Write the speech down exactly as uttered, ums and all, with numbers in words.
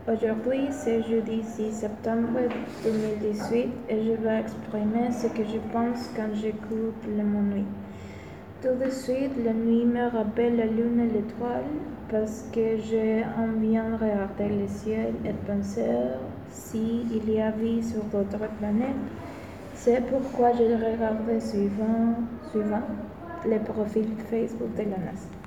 Aujourd'hui, c'est jeudi six septembre deux mille dix-huit et je vais exprimer ce que je pense quand j'écoute le mot nuit. Tout de suite, la nuit me rappelle la lune et l'étoile parce que j'ai envie de regarder le ciel et penser s'il y a vie sur d'autres planètes. C'est pourquoi je regarde souvent, souvent les profils Facebook de la NASA.